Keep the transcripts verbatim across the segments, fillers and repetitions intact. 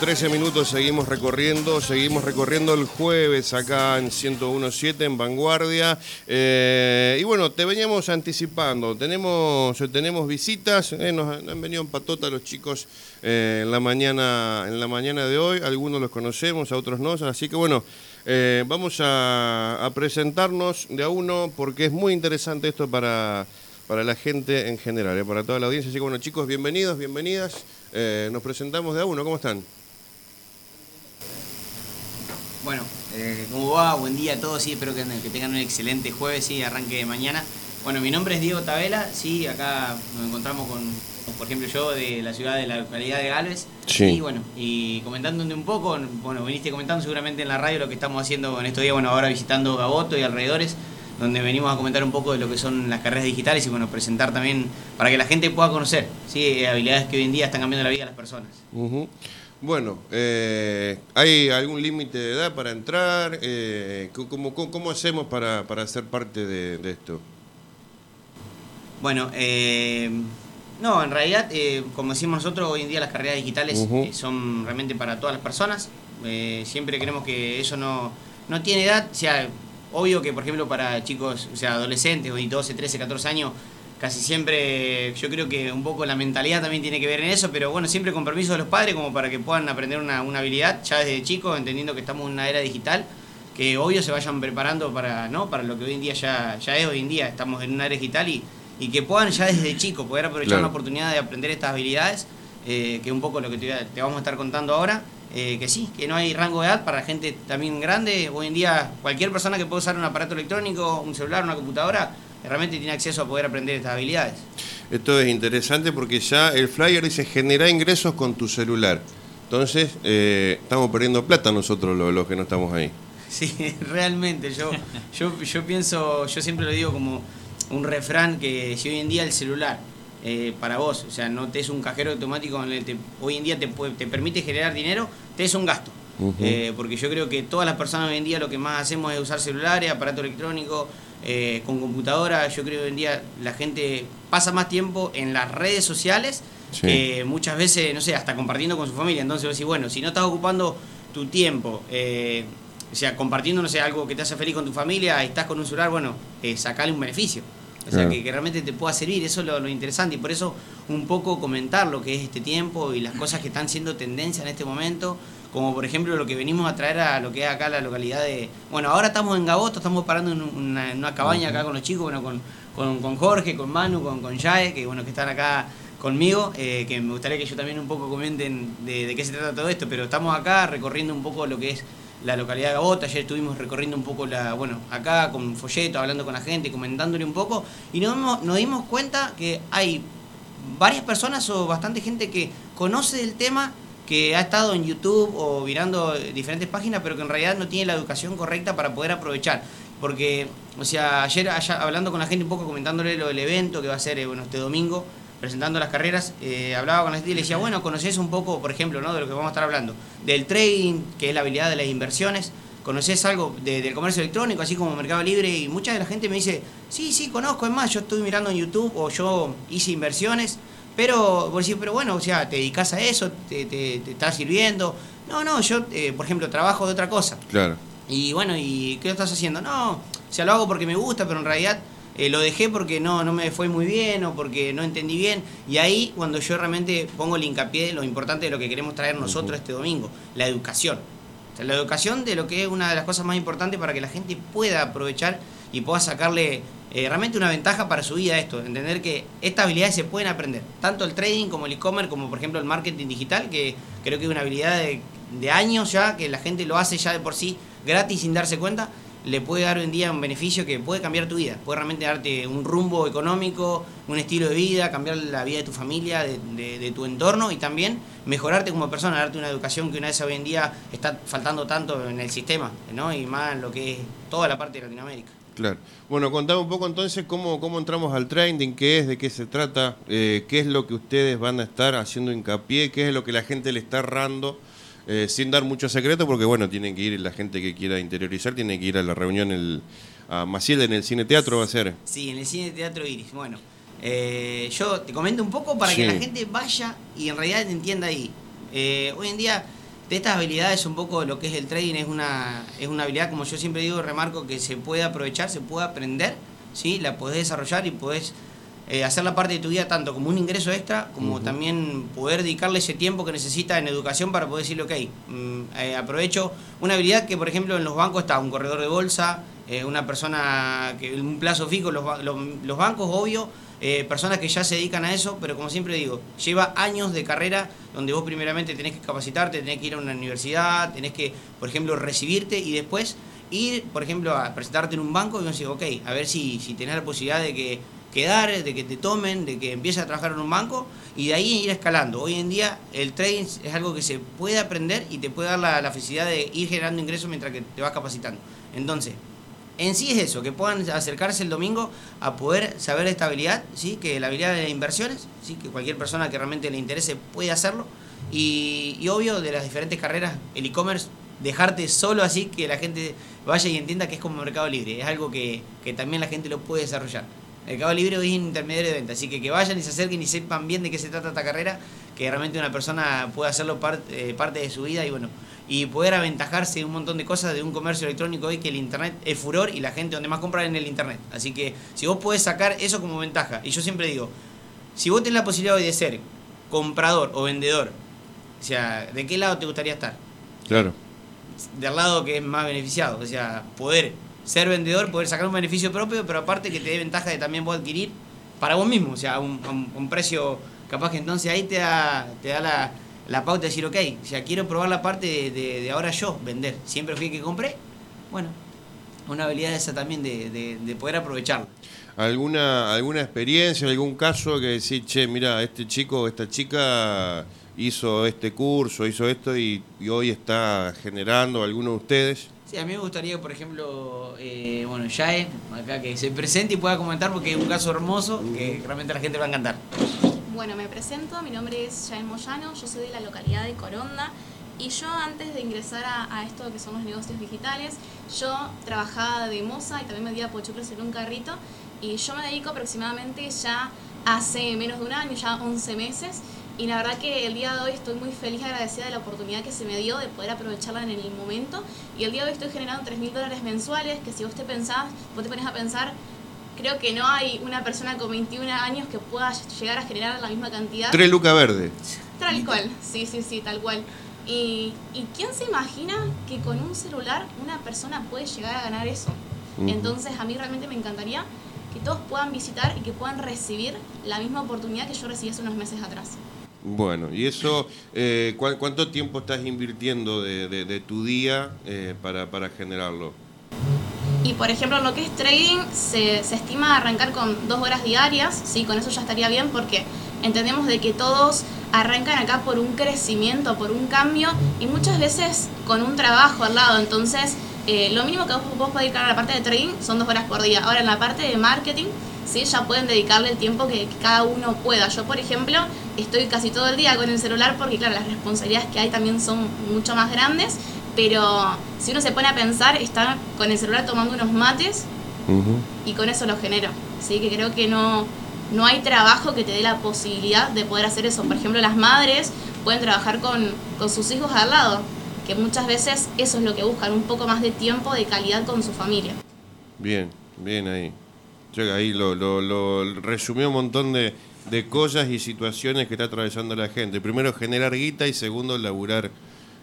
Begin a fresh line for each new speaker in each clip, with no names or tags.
trece minutos, seguimos recorriendo, seguimos recorriendo el jueves acá en ciento uno punto siete en Vanguardia. Eh, y bueno, te veníamos anticipando, tenemos, tenemos visitas, eh, nos han venido en patota los chicos eh, en, la mañana, en la mañana de hoy, algunos los conocemos, a otros no, así que bueno, eh, vamos a, a presentarnos de a uno porque es muy interesante esto para, para la gente en general, eh, para toda la audiencia. Así que bueno, chicos, bienvenidos, bienvenidas, eh, nos presentamos de a uno, ¿cómo están?
Bueno, eh, ¿cómo va? Buen día a todos, sí, espero que, que tengan un excelente jueves, sí, arranque de mañana. Bueno, mi nombre es Diego Tabela, sí, acá nos encontramos con, por ejemplo, yo de la ciudad de la localidad de Galvez.
Sí.
Y bueno, y comentándote un poco, bueno, viniste comentando seguramente en la radio lo que estamos haciendo en estos días, bueno, ahora visitando Gaboto y alrededores, donde venimos a comentar un poco de lo que son las carreras digitales y bueno, presentar también para que la gente pueda conocer, sí, habilidades que hoy en día están cambiando la vida de las personas.
Uh-huh. Bueno, eh, ¿hay algún límite de edad para entrar? Eh, ¿cómo, cómo, ¿Cómo hacemos para, para ser parte de, de esto?
Bueno, eh, no, en realidad, eh, como decimos nosotros, hoy en día las carreras digitales uh-huh. eh, son realmente para todas las personas. Eh, siempre creemos que eso no, no tiene edad. O sea, obvio que, por ejemplo, para chicos, o sea, adolescentes, doce, trece, catorce años, casi siempre yo creo que un poco la mentalidad también tiene que ver en eso, pero bueno, siempre con permiso de los padres como para que puedan aprender una, una habilidad ya desde chicos, entendiendo que estamos en una era digital, que obvio se vayan preparando para, ¿no? Para lo que hoy en día ya, ya es hoy en día, estamos en una era digital y, y que puedan ya desde chicos poder aprovechar claro. una oportunidad de aprender estas habilidades, eh, que es un poco lo que te, te vamos a estar contando ahora, eh, que sí, que no hay rango de edad para gente también grande, hoy en día cualquier persona que pueda usar un aparato electrónico, un celular, una computadora, realmente tiene acceso a poder aprender estas habilidades.
Esto es interesante porque ya el flyer dice generar ingresos con tu celular. Entonces, eh, estamos perdiendo plata nosotros los, los que no estamos ahí.
Sí, realmente. Yo, yo, yo pienso, yo siempre lo digo como un refrán que si hoy en día el celular eh, para vos, o sea, no te es un cajero automático en el que hoy en día te, puede, te permite generar dinero, te es un gasto. Uh-huh. eh, porque yo creo que todas las personas hoy en día lo que más hacemos es usar celulares, aparato electrónico, Eh, con computadora. Yo creo que hoy en día la gente pasa más tiempo en las redes sociales sí. que muchas veces, no sé, hasta compartiendo con su familia. Entonces vos decís, bueno, si no estás ocupando tu tiempo, eh, o sea, compartiendo, no sé, algo que te hace feliz con tu familia y estás con un celular, bueno, eh, sacale un beneficio. O sea, claro. que, que realmente te pueda servir, eso es lo, lo interesante. Y por eso un poco comentar lo que es este tiempo y las cosas que están siendo tendencia en este momento, como por ejemplo lo que venimos a traer a lo que es acá la localidad de... Bueno, ahora estamos en Gaboto, estamos parando en una, en una cabaña acá con los chicos, bueno, con, con, con Jorge, con Manu, con, con Yae, que bueno, que están acá conmigo, eh, que me gustaría que ellos también un poco comenten de, de qué se trata todo esto, pero estamos acá recorriendo un poco lo que es la localidad de Gaboto. Ayer estuvimos recorriendo un poco la, bueno, acá con folleto, hablando con la gente, comentándole un poco, y nos, nos dimos cuenta que hay varias personas o bastante gente que conoce del tema, que ha estado en YouTube o mirando diferentes páginas, pero que en realidad no tiene la educación correcta para poder aprovechar. Porque, o sea, ayer allá, hablando con la gente un poco, comentándole lo del evento que va a ser, eh, bueno, este domingo, presentando las carreras, eh, hablaba con la gente y le decía, bueno, ¿conocés un poco, por ejemplo, ¿no? de lo que vamos a estar hablando? Del trading, que es la habilidad de las inversiones. ¿Conocés algo de, del comercio electrónico, así como Mercado Libre? Y mucha de la gente me dice, sí, sí, conozco, es más, yo estoy mirando en YouTube o yo hice inversiones. Pero, vos decís, pero bueno, o sea, te dedicás a eso, te, te, te está sirviendo. No, no, yo, eh, por ejemplo, trabajo de otra cosa.
Claro.
Y bueno, ¿y qué estás haciendo? No, o sea, lo hago porque me gusta, pero en realidad eh, lo dejé porque no, no me fue muy bien o porque no entendí bien. Y ahí cuando yo realmente pongo el hincapié de lo importante de lo que queremos traer nosotros uh-huh. este domingo, la educación. O sea, la educación de lo que es una de las cosas más importantes para que la gente pueda aprovechar y pueda sacarle eh, realmente una ventaja para su vida esto, entender que estas habilidades se pueden aprender, tanto el trading como el e-commerce, como por ejemplo el marketing digital, que creo que es una habilidad de, de años ya, que la gente lo hace ya de por sí gratis sin darse cuenta, le puede dar hoy en día un beneficio que puede cambiar tu vida, puede realmente darte un rumbo económico, un estilo de vida, cambiar la vida de tu familia, de, de, de tu entorno y también mejorarte como persona, darte una educación que una vez hoy en día está faltando tanto en el sistema, ¿no? Y más en lo que es toda la parte de Latinoamérica.
Claro. Bueno, contame un poco entonces cómo, cómo entramos al trading, qué es, de qué se trata, eh, qué es lo que ustedes van a estar haciendo hincapié, qué es lo que la gente le está errando, eh, sin dar mucho secreto, porque bueno, tienen que ir, la gente que quiera interiorizar tiene que ir a la reunión el, a Maciel en el Cine Teatro, ¿va a ser?
Sí, en el Cine Teatro Iris. Bueno, eh, yo te comento un poco para sí. que la gente vaya y en realidad entienda ahí. Eh, hoy en día de estas habilidades un poco lo que es el trading es una, es una habilidad, como yo siempre digo, remarco, que se puede aprovechar, se puede aprender, ¿sí? La podés desarrollar y podés eh, hacer la parte de tu vida tanto como un ingreso extra, como uh-huh. también poder dedicarle ese tiempo que necesita en educación para poder decirle, ok, mmm, eh, aprovecho una habilidad que, por ejemplo, en los bancos está un corredor de bolsa, eh, una persona que un plazo fijo, los, los, los bancos, obvio, Eh, personas que ya se dedican a eso, pero como siempre digo, lleva años de carrera donde vos primeramente tenés que capacitarte, tenés que ir a una universidad, tenés que, por ejemplo, recibirte y después ir, por ejemplo, a presentarte en un banco y vos decís, ok, a ver si, si tenés la posibilidad de que quedar, de que te tomen, de que empieces a trabajar en un banco y de ahí ir escalando. Hoy en día el trading es algo que se puede aprender y te puede dar la, la felicidad de ir generando ingresos mientras que te vas capacitando. Entonces, en sí es eso, que puedan acercarse el domingo a poder saber esta habilidad, ¿sí? Que la habilidad de inversiones, ¿sí? Que cualquier persona que realmente le interese puede hacerlo. Y, y obvio, de las diferentes carreras, el e-commerce, dejarte solo así que la gente vaya y entienda que es como Mercado Libre. Es algo que, que también la gente lo puede desarrollar. Mercado Libre hoy es un intermediario de venta, así que que vayan y se acerquen y sepan bien de qué se trata esta carrera, que realmente una persona puede hacerlo parte, eh, parte de su vida y bueno, y poder aventajarse de un montón de cosas de un comercio electrónico hoy que el internet es furor y la gente donde más compra es en el internet. Así que si vos podés sacar eso como ventaja, y yo siempre digo, si vos tenés la posibilidad hoy de ser comprador o vendedor, o sea, ¿de qué lado te gustaría estar?
Claro.
Del lado que es más beneficiado, o sea, poder ser vendedor, poder sacar un beneficio propio, pero aparte que te dé ventaja de también vos adquirir para vos mismo, o sea, un, un, un precio capaz que entonces ahí te da, te da la, la pauta de decir, ok, o sea, quiero probar la parte de, de, de ahora yo vender, siempre fui el que compré, bueno, una habilidad esa también de, de, de poder aprovecharla.
¿Alguna, alguna experiencia, algún caso que decís, che, mira, este chico o esta chica hizo este curso, hizo esto y, y hoy está generando alguno de ustedes?
Sí, a mí me gustaría, por ejemplo, eh, bueno, Yae, acá que se presente y pueda comentar porque es un caso hermoso que realmente a la gente le va a encantar.
Bueno, me presento, mi nombre es Yae Moyano, yo soy de la localidad de Coronda y yo antes de ingresar a, a esto que son los negocios digitales, yo trabajaba de moza y también vendía pochoclos en un carrito y yo me dedico aproximadamente ya hace menos de un año, ya once meses. Y la verdad que el día de hoy estoy muy feliz y agradecida de la oportunidad que se me dio de poder aprovecharla en el momento. Y el día de hoy estoy generando tres mil dólares mensuales, que si vos te pensás, vos te pones a pensar, creo que no hay una persona con veintiún años que pueda llegar a generar la misma cantidad.
Tres lucas verde.
Tal cual, sí, sí, sí, tal cual. Y, y ¿quién se imagina que con un celular una persona puede llegar a ganar eso? Uh-huh. Entonces a mí realmente me encantaría que todos puedan visitar y que puedan recibir la misma oportunidad que yo recibí hace unos meses atrás.
Bueno, y eso, eh, ¿cu ¿cuánto tiempo estás invirtiendo de, de, de tu día eh, para, para generarlo?
Y por ejemplo, en lo que es trading, se, se estima arrancar con dos horas diarias, sí, con eso ya estaría bien porque entendemos de que todos arrancan acá por un crecimiento, por un cambio y muchas veces con un trabajo al lado, entonces eh, lo mínimo que vos, vos podés dedicar a la parte de trading son dos horas por día. Ahora en la parte de marketing, sí, ya pueden dedicarle el tiempo que, que cada uno pueda. Yo, por ejemplo, estoy casi todo el día con el celular porque, claro, las responsabilidades que hay también son mucho más grandes, pero si uno se pone a pensar, está con el celular tomando unos mates uh-huh. y con eso lo genero. ¿Sí? Que creo que no, no hay trabajo que te dé la posibilidad de poder hacer eso. Por ejemplo, las madres pueden trabajar con, con sus hijos al lado, que muchas veces eso es lo que buscan, un poco más de tiempo de calidad con su familia.
Bien, bien ahí. Yo ahí lo, lo, lo resumió un montón de, de cosas y situaciones que está atravesando la gente. Primero, generar guita y segundo, laburar.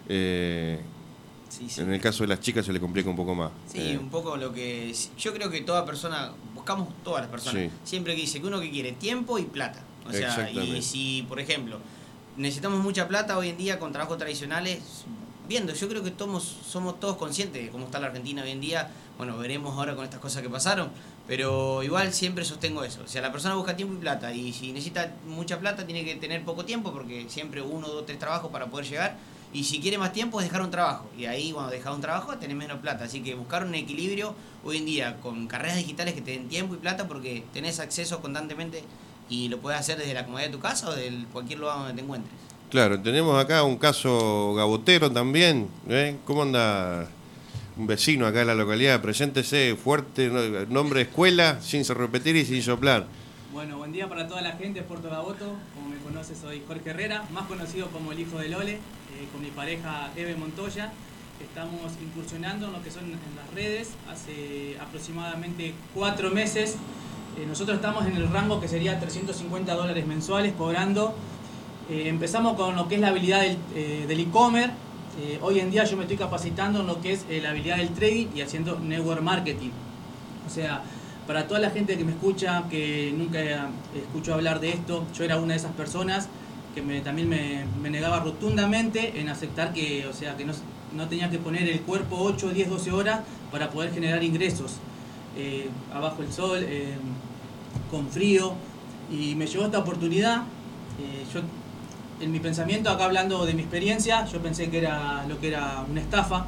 Eh, sí, sí. En el caso de las chicas se le complica un poco más.
Sí,
eh.
un poco lo que... Yo creo que toda persona, buscamos todas las personas, sí. Siempre que dice que uno que quiere tiempo y plata. O sea, y si, por ejemplo, necesitamos mucha plata hoy en día con trabajos tradicionales, viendo, yo creo que todos, somos todos conscientes de cómo está la Argentina hoy en día. Bueno, veremos ahora con estas cosas que pasaron, pero igual siempre sostengo eso. O sea, la persona busca tiempo y plata, y si necesita mucha plata tiene que tener poco tiempo, porque siempre uno, dos, tres trabajos para poder llegar, y si quiere más tiempo es dejar un trabajo, y ahí cuando dejas un trabajo tenés menos plata. Así que buscar un equilibrio hoy en día con carreras digitales que te den tiempo y plata, porque tenés acceso constantemente y lo puedes hacer desde la comodidad de tu casa o de cualquier lugar donde te encuentres.
Claro, tenemos acá un caso gabotero también, ¿eh? ¿Cómo anda un vecino acá en la localidad? Preséntese, fuerte, nombre, escuela, sin repetir y sin soplar.
Bueno, buen día para toda la gente, Puerto Gaboto. Como me conoce, soy Jorge Herrera, más conocido como el hijo de Lole. eh, con mi pareja Eve Montoya. Estamos incursionando en lo que son en las redes hace aproximadamente cuatro meses. Eh, nosotros estamos en el rango que sería trescientos cincuenta dólares mensuales cobrando. Eh, empezamos con lo que es la habilidad del, eh, del e-commerce. Eh, hoy en día yo me estoy capacitando en lo que es eh, la habilidad del trading y haciendo network marketing. O sea, para toda la gente que me escucha, que nunca escuchó hablar de esto, yo era una de esas personas que me, también me, me negaba rotundamente en aceptar que, o sea, que no, no tenía que poner el cuerpo ocho, diez, doce horas para poder generar ingresos. Eh, abajo el sol, eh, con frío, y me llegó esta oportunidad. Eh, yo, en mi pensamiento, acá hablando de mi experiencia, yo pensé que era lo que era una estafa.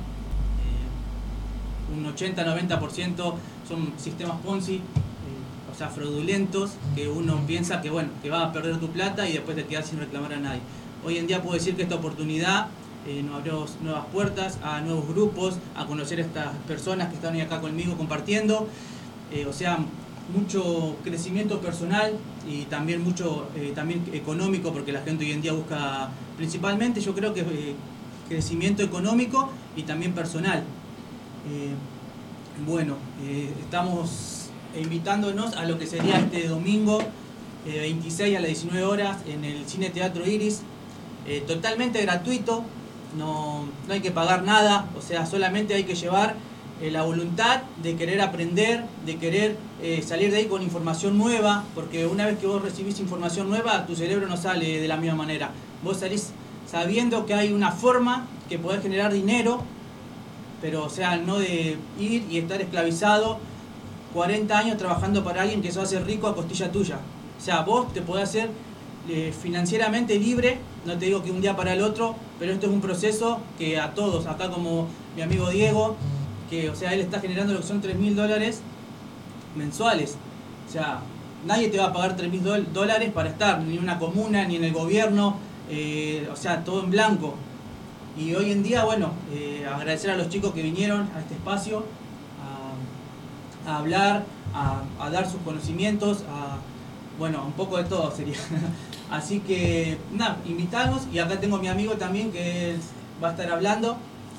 Eh, un ochenta, noventa por ciento son sistemas Ponzi, eh, o sea, fraudulentos, que uno piensa que, bueno, que vas a perder tu plata y después te quedas sin reclamar a nadie. Hoy en día puedo decir que esta oportunidad eh, nos abrió nuevas puertas a nuevos grupos, a conocer a estas personas que están hoy acá conmigo compartiendo, eh, o sea, mucho crecimiento personal y también mucho eh, también económico, porque la gente hoy en día busca principalmente, yo creo que eh, crecimiento económico y también personal. Eh, bueno, eh, estamos invitándonos a lo que sería este domingo eh, veintiséis a las diecinueve horas en el Cine Teatro Iris, eh, totalmente gratuito, no, no hay que pagar nada, o sea, solamente hay que llevar eh, la voluntad de querer aprender, de querer eh, salir de ahí con información nueva, porque una vez que vos recibís información nueva, tu cerebro no sale de la misma manera. Vos salís sabiendo que hay una forma que podés generar dinero, pero o sea, no de ir y estar esclavizado cuarenta años trabajando para alguien que se hace rico a costilla tuya. O sea, vos te podés hacer eh, financieramente libre, no te digo que un día para el otro, pero esto es un proceso que a todos, acá como mi amigo Diego, que o sea, él está generando lo que son tres mil dólares mensuales. O sea, nadie te va a pagar tres mil dólares para estar ni en una comuna, ni en el gobierno, eh, o sea, todo en blanco. Y hoy en día, bueno, eh, agradecer a los chicos que vinieron a este espacio a, a hablar, a, a dar sus conocimientos, a, bueno, un poco de todo sería. Así que, nada, invitarnos, y acá tengo a mi amigo también que es, va a estar hablando.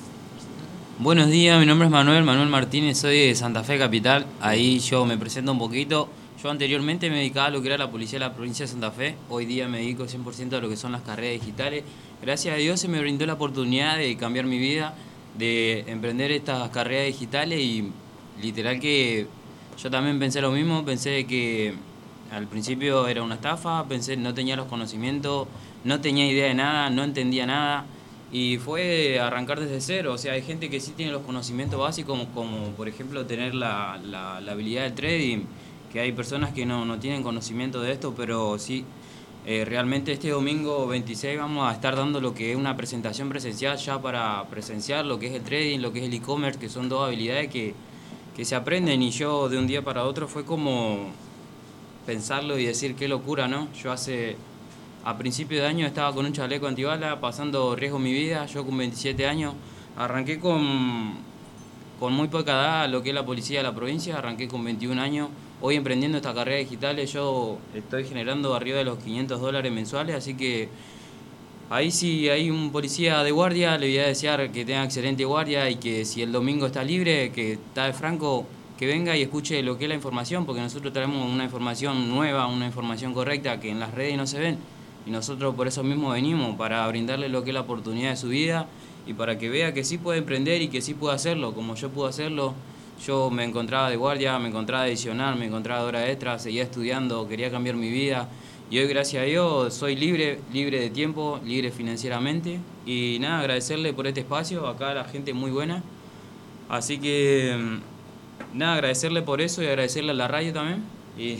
Buenos días, mi nombre es Manuel, Manuel Martínez, soy de Santa Fe Capital. Ahí yo me presento un poquito. Yo anteriormente me dedicaba a lo que era la policía de la provincia de Santa Fe. Hoy día me dedico cien por ciento a lo que son las carreras digitales. Gracias a Dios se me brindó la oportunidad de cambiar mi vida, de emprender estas carreras digitales, y literal que yo también pensé lo mismo. Pensé que al principio era una estafa, pensé no tenía los conocimientos, no tenía idea de nada, no entendía nada. Y fue arrancar desde cero. O sea, hay gente que sí tiene los conocimientos básicos, como, como por ejemplo tener la, la, la habilidad del trading, que hay personas que no, no tienen conocimiento de esto, pero sí, eh, realmente este domingo veintiséis vamos a estar dando lo que es una presentación presencial ya para presenciar lo que es el trading, lo que es el e-commerce, que son dos habilidades que, que se aprenden, y yo de un día para otro fue como pensarlo y decir qué locura, ¿no? Yo hace... A principio de año estaba con un chaleco antibala, pasando riesgo en mi vida. Yo con veintisiete años arranqué con, con muy poca edad lo que es la policía de la provincia, arranqué con veintiún años. Hoy emprendiendo esta carrera digital, yo estoy generando arriba de los quinientos dólares mensuales, así que ahí si hay un policía de guardia, le voy a desear que tenga excelente guardia, y que si el domingo está libre, que está de franco, que venga y escuche lo que es la información, porque nosotros traemos una información nueva, una información correcta que en las redes no se ven. Y nosotros por eso mismo venimos, para brindarle lo que es la oportunidad de su vida, y para que vea que sí puede emprender y que sí puede hacerlo, como yo pude hacerlo. Yo me encontraba de guardia, me encontraba adicional, me encontraba de hora extra, seguía estudiando, quería cambiar mi vida. Y hoy, gracias a Dios, soy libre, libre de tiempo, libre financieramente. Y nada, agradecerle por este espacio, acá la gente muy buena. Así que, nada, agradecerle por eso y agradecerle a la radio también. Y...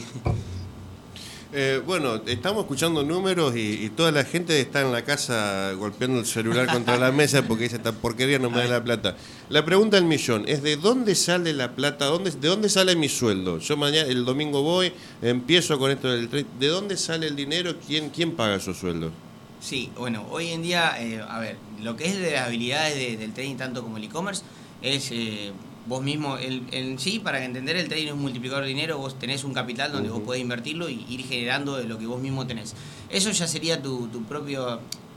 Eh, bueno, estamos escuchando números y, y toda la gente está en la casa golpeando el celular contra la mesa porque dice, esta porquería no me da la plata. La pregunta del millón es: ¿de dónde sale la plata? ¿Dónde, ¿De dónde sale mi sueldo? Yo mañana, el domingo voy, empiezo con esto del trade. ¿De dónde sale el dinero? ¿Quién, quién paga esos sueldos?
Sí, bueno, hoy en día, eh, a ver, lo que es de las habilidades de, del trading, tanto como el e-commerce, es... Eh, vos mismo, el, en sí, para entender, el trading es un multiplicador de dinero. Vos tenés un capital donde uh-huh. vos podés invertirlo y ir generando de lo que vos mismo tenés. Eso ya sería tu, tu propio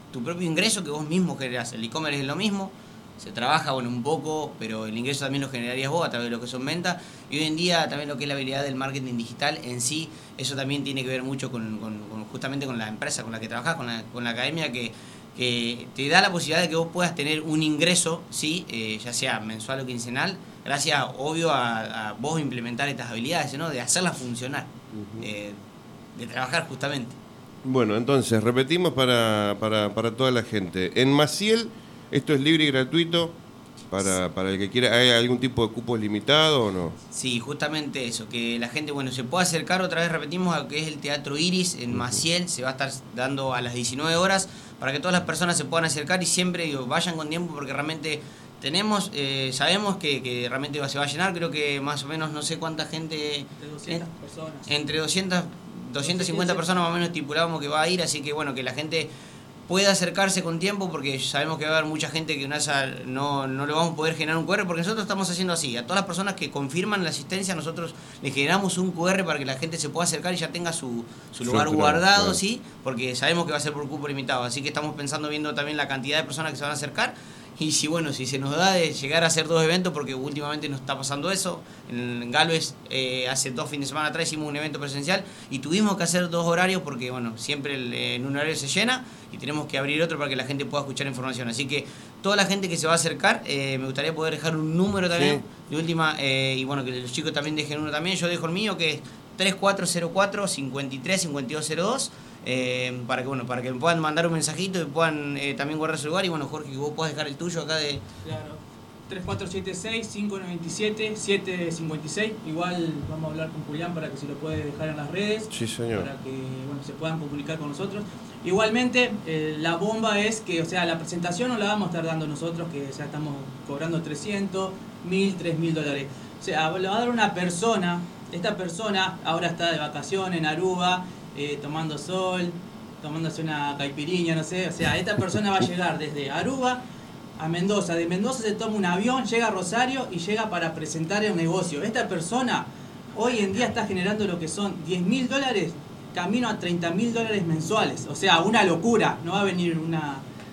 tu propio ingreso que vos mismo generás. El e-commerce es lo mismo, se trabaja, bueno, un poco, pero el ingreso también lo generarías vos a través de lo que son ventas. Y hoy en día también lo que es la habilidad del marketing digital en sí, eso también tiene que ver mucho con, con, con justamente con la empresa con la que trabajás, con la, con la academia, que, que te da la posibilidad de que vos puedas tener un ingreso, ¿sí? eh, ya sea mensual o quincenal, gracias, obvio, a, a vos implementar estas habilidades, ¿no? De hacerlas funcionar, uh-huh. eh, de trabajar justamente.
Bueno, entonces, repetimos para, para, para toda la gente. En Maciel, esto es libre y gratuito para, para el que quiera. ¿Hay algún tipo de cupos limitado o no?
Sí, justamente eso, que la gente, bueno, se pueda acercar otra vez, repetimos, a lo que es el Teatro Iris en Maciel, se va a estar dando a las diecinueve horas para que todas las personas se puedan acercar y siempre digo, vayan con tiempo porque realmente tenemos, eh, sabemos que, que realmente se va a llenar, creo que más o menos no sé cuánta gente...
Entre doscientas personas.
Entre doscientas, doscientas cincuenta personas más o menos estipulábamos que va a ir, así que bueno, que la gente pueda acercarse con tiempo porque sabemos que va a haber mucha gente que una no, no le vamos a poder generar un cu erre porque nosotros estamos haciendo así, a todas las personas que confirman la asistencia nosotros les generamos un cu erre para que la gente se pueda acercar y ya tenga su, su lugar
Otro,
guardado,
claro.
¿sí? Porque sabemos que va a ser por cupo limitado, así que estamos pensando viendo también la cantidad de personas que se van a acercar. Y si bueno, si se nos da de llegar a hacer dos eventos, porque últimamente nos está pasando eso, en Galvez eh, hace dos fines de semana atrás hicimos un evento presencial y tuvimos que hacer dos horarios porque bueno, siempre el, en un horario se llena y tenemos que abrir otro para que la gente pueda escuchar información. Así que toda la gente que se va a acercar, eh, me gustaría poder dejar un número también, sí. de última, eh, y bueno, que los chicos también dejen uno también, yo dejo el mío que es tres cuatro cero cuatro, cinco tres, cinco dos cero dos. Eh, para que bueno para que me puedan mandar un mensajito y puedan eh, también guardar su lugar y bueno, Jorge, que vos puedas dejar el tuyo acá de...
Claro, tres cuatro siete seis, cinco nueve siete, siete cinco seis, igual vamos a hablar con Julián para que se lo puede dejar en las redes,
sí, señor.
Para que bueno, se puedan comunicar con nosotros. Igualmente, eh, la bomba es que, o sea, la presentación no la vamos a estar dando nosotros, que ya estamos cobrando trescientos, mil, tres mil dólares. O sea, lo va a dar una persona, esta persona ahora está de vacaciones en Aruba, Eh, tomando sol, tomándose una caipirinha, no sé, o sea, esta persona va a llegar desde Aruba a Mendoza, de Mendoza se toma un avión, llega a Rosario y llega para presentar el negocio. Esta persona hoy en día está generando lo que son diez mil dólares, camino a treinta mil dólares mensuales, o sea, una locura, no va a venir una,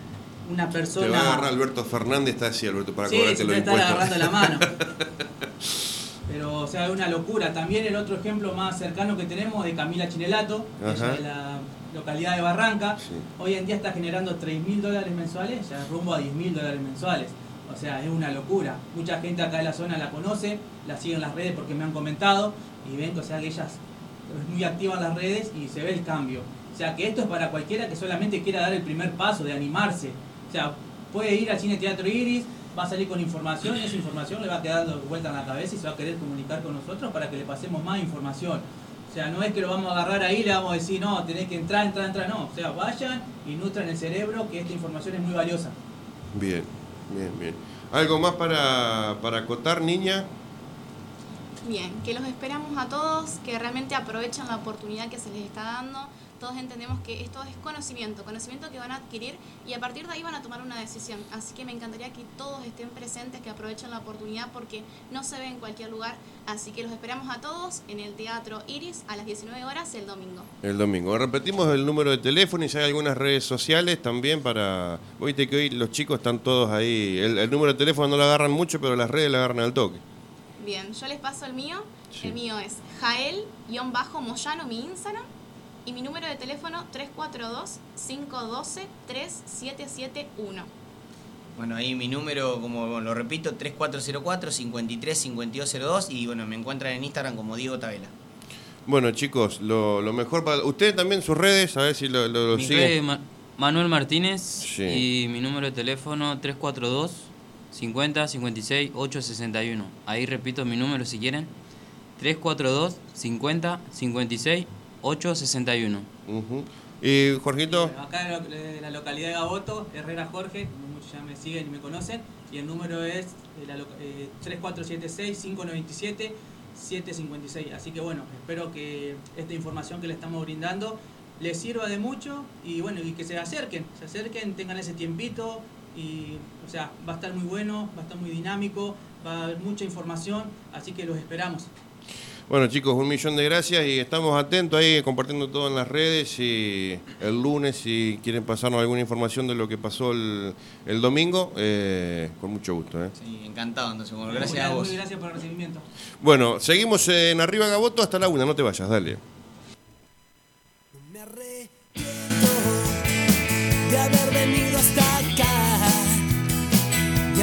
una persona...
Te va a agarrar Alberto Fernández, está así, Alberto, para
sí,
cobrarte los impuestos.
Sí, agarrando la mano. Pero, o sea, es una locura. También el otro ejemplo más cercano que tenemos de Camila Chinelato, ella de la localidad de Barranca. Sí. Hoy en día está generando tres mil dólares mensuales, ya rumbo a diez mil dólares mensuales. O sea, es una locura. Mucha gente acá de la zona la conoce, la sigue en las redes porque me han comentado y ven que, o sea, que ella es muy activa en las redes y se ve el cambio. O sea, que esto es para cualquiera que solamente quiera dar el primer paso de animarse. O sea, puede ir al Cine Teatro Iris, va a salir con información y esa información le va a quedar dando vuelta en la cabeza y se va a querer comunicar con nosotros para que le pasemos más información. O sea, no es que lo vamos a agarrar ahí y le vamos a decir, no, tenés que entrar, entrar, entrar, no. O sea, vayan y nutran el cerebro, que esta información es muy valiosa.
Bien, bien, bien. ¿Algo más para, para acotar, niña?
Bien, que los esperamos a todos, que realmente aprovechen la oportunidad que se les está dando. Todos entendemos que esto es conocimiento, conocimiento que van a adquirir y a partir de ahí van a tomar una decisión. Así que me encantaría que todos estén presentes, que aprovechen la oportunidad porque no se ve en cualquier lugar. Así que los esperamos a todos en el Teatro Iris a las diecinueve horas el domingo.
El domingo. Repetimos el número de teléfono y si hay algunas redes sociales también para... Viste que hoy los chicos están todos ahí. El, el número de teléfono no lo agarran mucho, pero las redes lo agarran al toque.
Bien, yo les paso el mío.
Sí.
El mío es Jael-Moyano, mi Instagram. Y mi número de teléfono tres cuatro dos, cinco uno dos, tres siete siete uno.
Bueno, ahí mi número, como lo repito, tres cuatro cero cuatro, cinco tres, cinco dos cero dos y bueno, me encuentran en Instagram como Diego Tavela.
Bueno, chicos, lo, lo mejor para... Ustedes también sus redes, a ver si lo, lo, lo
mi
siguen.
red es Ma- Manuel Martínez,
sí.
Y mi número de teléfono tres cuatro dos, cincuenta, cincuenta y seis, ochocientos sesenta y uno. Ahí repito mi número si quieren. tres cuatro dos, cincuenta, cincuenta y seis, ochocientos sesenta y uno.
Uh-huh. ¿Y Jorgito?
Bueno, acá en la localidad de Gaboto, Herrera Jorge, muchos ya me siguen y me conocen, y el número es eh, la, eh, tres cuatro siete seis, cinco nueve siete, siete cinco seis. Así que bueno, espero que esta información que le estamos brindando les sirva de mucho y bueno, y que se acerquen, se acerquen, tengan ese tiempito y, o sea, va a estar muy bueno, va a estar muy dinámico, va a haber mucha información, así que los esperamos.
Bueno, chicos, un millón de gracias y estamos atentos ahí compartiendo todo en las redes y el lunes si quieren pasarnos alguna información de lo que pasó el, el domingo, eh, con mucho gusto. ¿eh?
Sí, encantado, entonces, bueno, gracias a vos.
Muy gracias por el recibimiento.
Bueno, seguimos en Arriba Gaboto hasta la una, no te vayas, dale.
Me arrepiento de haber venido.